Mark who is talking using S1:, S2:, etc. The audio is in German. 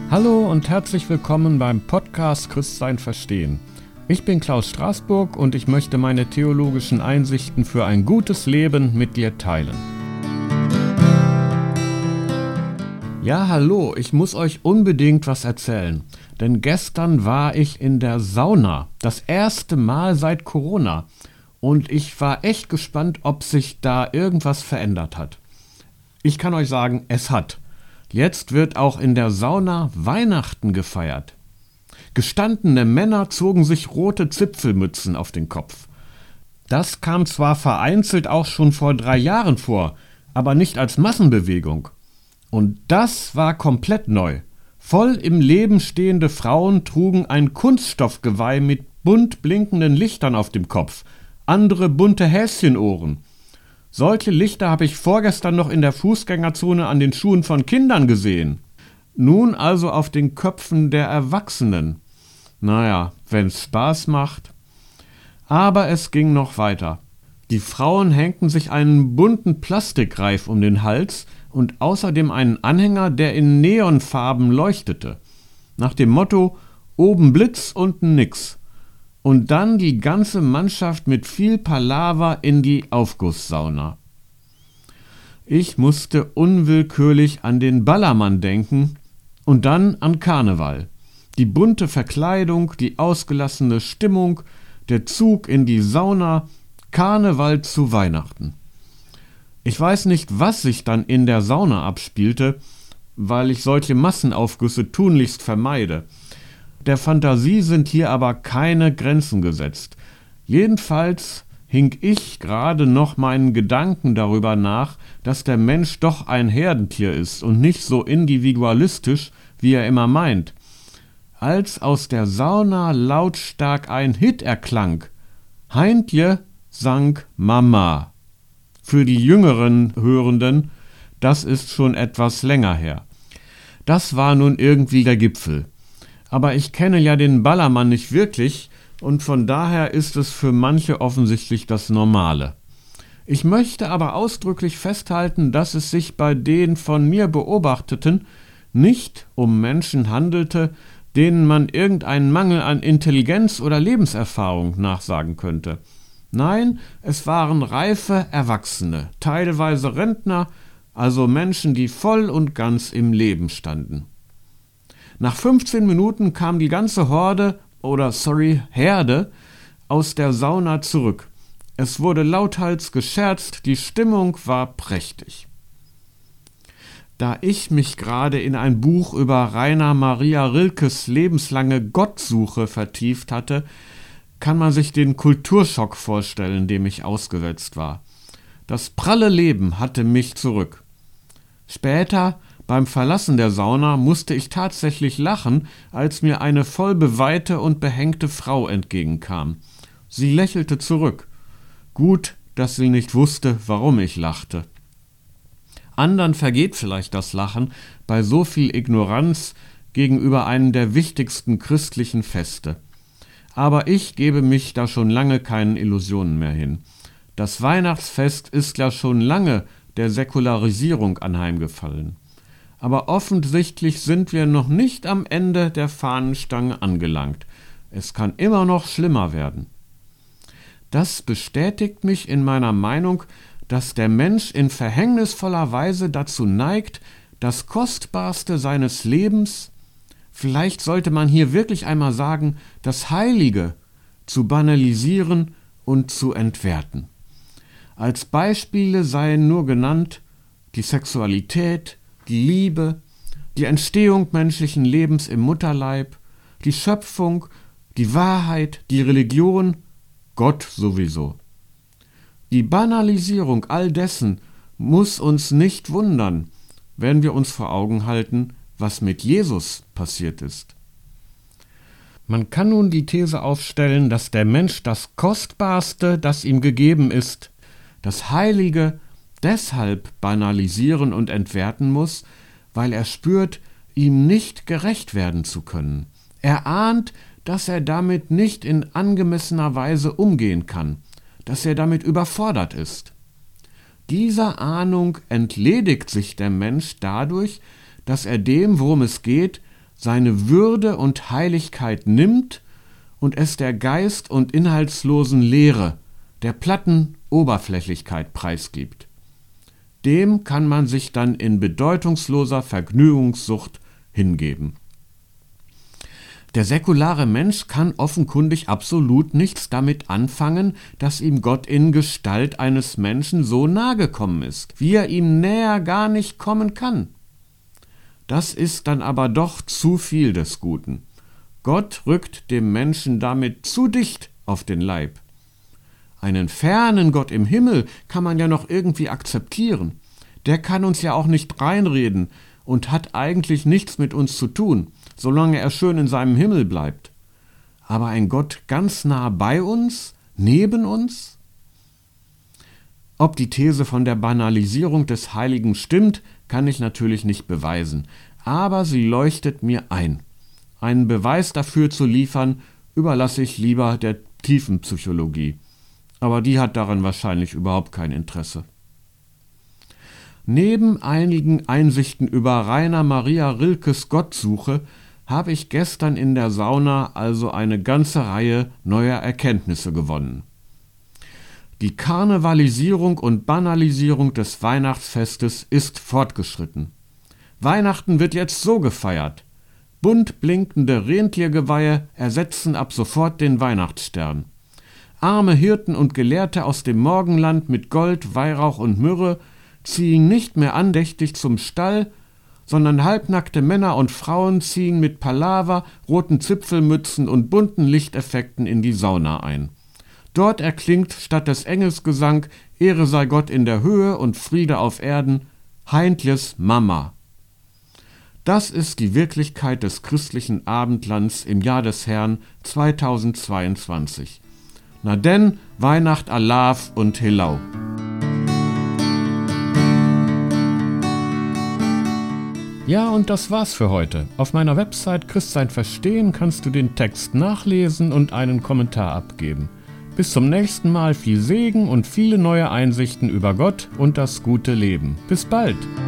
S1: Hallo und herzlich willkommen beim Podcast Christsein verstehen. Ich bin Klaus Straßburg und ich möchte meine theologischen Einsichten für ein gutes Leben mit dir teilen. Ja, hallo, ich muss euch unbedingt was erzählen, denn gestern war ich in der Sauna, das erste Mal seit Corona, und ich war echt gespannt, ob sich da irgendwas verändert hat. Ich kann euch sagen, es hat. Jetzt wird auch in der Sauna Weihnachten gefeiert. Gestandene Männer zogen sich rote Zipfelmützen auf den Kopf. Das kam zwar vereinzelt auch schon vor 3 Jahren vor, aber nicht als Massenbewegung. Und das war komplett neu. Voll im Leben stehende Frauen trugen ein Kunststoffgeweih mit bunt blinkenden Lichtern auf dem Kopf, andere bunte Häschenohren. Solche Lichter habe ich vorgestern noch in der Fußgängerzone an den Schuhen von Kindern gesehen. Nun also auf den Köpfen der Erwachsenen. Naja, wenn's Spaß macht. Aber es ging noch weiter. Die Frauen hängten sich einen bunten Plastikreif um den Hals und außerdem einen Anhänger, der in Neonfarben leuchtete. Nach dem Motto, oben Blitz, unten nix. Und dann die ganze Mannschaft mit viel Palaver in die Aufgusssauna. Ich musste unwillkürlich an den Ballermann denken und dann an Karneval. Die bunte Verkleidung, die ausgelassene Stimmung, der Zug in die Sauna, Karneval zu Weihnachten. Ich weiß nicht, was sich dann in der Sauna abspielte, weil ich solche Massenaufgüsse tunlichst vermeide. Der Fantasie sind hier aber keine Grenzen gesetzt. Jedenfalls hing ich gerade noch meinen Gedanken darüber nach, dass der Mensch doch ein Herdentier ist und nicht so individualistisch, wie er immer meint. Als aus der Sauna lautstark ein Hit erklang. Heintje sang Mama. Für die jüngeren Hörenden, das ist schon etwas länger her. Das war nun irgendwie der Gipfel. Aber ich kenne ja den Ballermann nicht wirklich und von daher ist es für manche offensichtlich das Normale. Ich möchte aber ausdrücklich festhalten, dass es sich bei den von mir Beobachteten nicht um Menschen handelte, denen man irgendeinen Mangel an Intelligenz oder Lebenserfahrung nachsagen könnte. Nein, es waren reife Erwachsene, teilweise Rentner, also Menschen, die voll und ganz im Leben standen. Nach 15 Minuten kam die ganze Herde aus der Sauna zurück. Es wurde lauthals gescherzt, die Stimmung war prächtig. Da ich mich gerade in ein Buch über Rainer Maria Rilkes lebenslange Gottsuche vertieft hatte, kann man sich den Kulturschock vorstellen, dem ich ausgesetzt war. Das pralle Leben hatte mich zurück. Später, beim Verlassen der Sauna, musste ich tatsächlich lachen, als mir eine vollbeweihte und behängte Frau entgegenkam. Sie lächelte zurück. Gut, dass sie nicht wusste, warum ich lachte. Andern vergeht vielleicht das Lachen bei so viel Ignoranz gegenüber einem der wichtigsten christlichen Feste. Aber ich gebe mich da schon lange keinen Illusionen mehr hin. Das Weihnachtsfest ist ja schon lange der Säkularisierung anheimgefallen. Aber offensichtlich sind wir noch nicht am Ende der Fahnenstange angelangt. Es kann immer noch schlimmer werden. Das bestätigt mich in meiner Meinung, dass der Mensch in verhängnisvoller Weise dazu neigt, das Kostbarste seines Lebens, vielleicht sollte man hier wirklich einmal sagen, das Heilige, zu banalisieren und zu entwerten. Als Beispiele seien nur genannt die Sexualität, die Liebe, die Entstehung menschlichen Lebens im Mutterleib, die Schöpfung, die Wahrheit, die Religion, Gott sowieso. Die Banalisierung all dessen muss uns nicht wundern, wenn wir uns vor Augen halten, was mit Jesus passiert ist. Man kann nun die These aufstellen, dass der Mensch das Kostbarste, das ihm gegeben ist, das Heilige, deshalb banalisieren und entwerten muss, weil er spürt, ihm nicht gerecht werden zu können. Er ahnt, dass er damit nicht in angemessener Weise umgehen kann, dass er damit überfordert ist. Dieser Ahnung entledigt sich der Mensch dadurch, dass er dem, worum es geht, seine Würde und Heiligkeit nimmt und es der geist- und inhaltslosen Leere, der platten Oberflächlichkeit preisgibt. Dem kann man sich dann in bedeutungsloser Vergnügungssucht hingeben. Der säkulare Mensch kann offenkundig absolut nichts damit anfangen, dass ihm Gott in Gestalt eines Menschen so nahe gekommen ist, wie er ihm näher gar nicht kommen kann. Das ist dann aber doch zu viel des Guten. Gott rückt dem Menschen damit zu dicht auf den Leib. Einen fernen Gott im Himmel kann man ja noch irgendwie akzeptieren. Der kann uns ja auch nicht reinreden und hat eigentlich nichts mit uns zu tun, solange er schön in seinem Himmel bleibt. Aber ein Gott ganz nah bei uns, neben uns? Ob die These von der Banalisierung des Heiligen stimmt, kann ich natürlich nicht beweisen, aber sie leuchtet mir ein. Einen Beweis dafür zu liefern, überlasse ich lieber der Tiefenpsychologie. Aber die hat daran wahrscheinlich überhaupt kein Interesse. Neben einigen Einsichten über Rainer Maria Rilkes Gottsuche habe ich gestern in der Sauna also eine ganze Reihe neuer Erkenntnisse gewonnen. Die Karnevalisierung und Banalisierung des Weihnachtsfestes ist fortgeschritten. Weihnachten wird jetzt so gefeiert. Bunt blinkende Rentiergeweihe ersetzen ab sofort den Weihnachtsstern. Arme Hirten und Gelehrte aus dem Morgenland mit Gold, Weihrauch und Myrrhe ziehen nicht mehr andächtig zum Stall, sondern halbnackte Männer und Frauen ziehen mit Palaver, roten Zipfelmützen und bunten Lichteffekten in die Sauna ein. Dort erklingt statt des Engelsgesang Ehre sei Gott in der Höhe und Friede auf Erden Heintjes Mama. Das ist die Wirklichkeit des christlichen Abendlands im Jahr des Herrn 2022. Na denn, Weihnacht Alav und Hillau. Ja, und das war's für heute. Auf meiner Website Christsein verstehen kannst du den Text nachlesen und einen Kommentar abgeben. Bis zum nächsten Mal viel Segen und viele neue Einsichten über Gott und das gute Leben. Bis bald!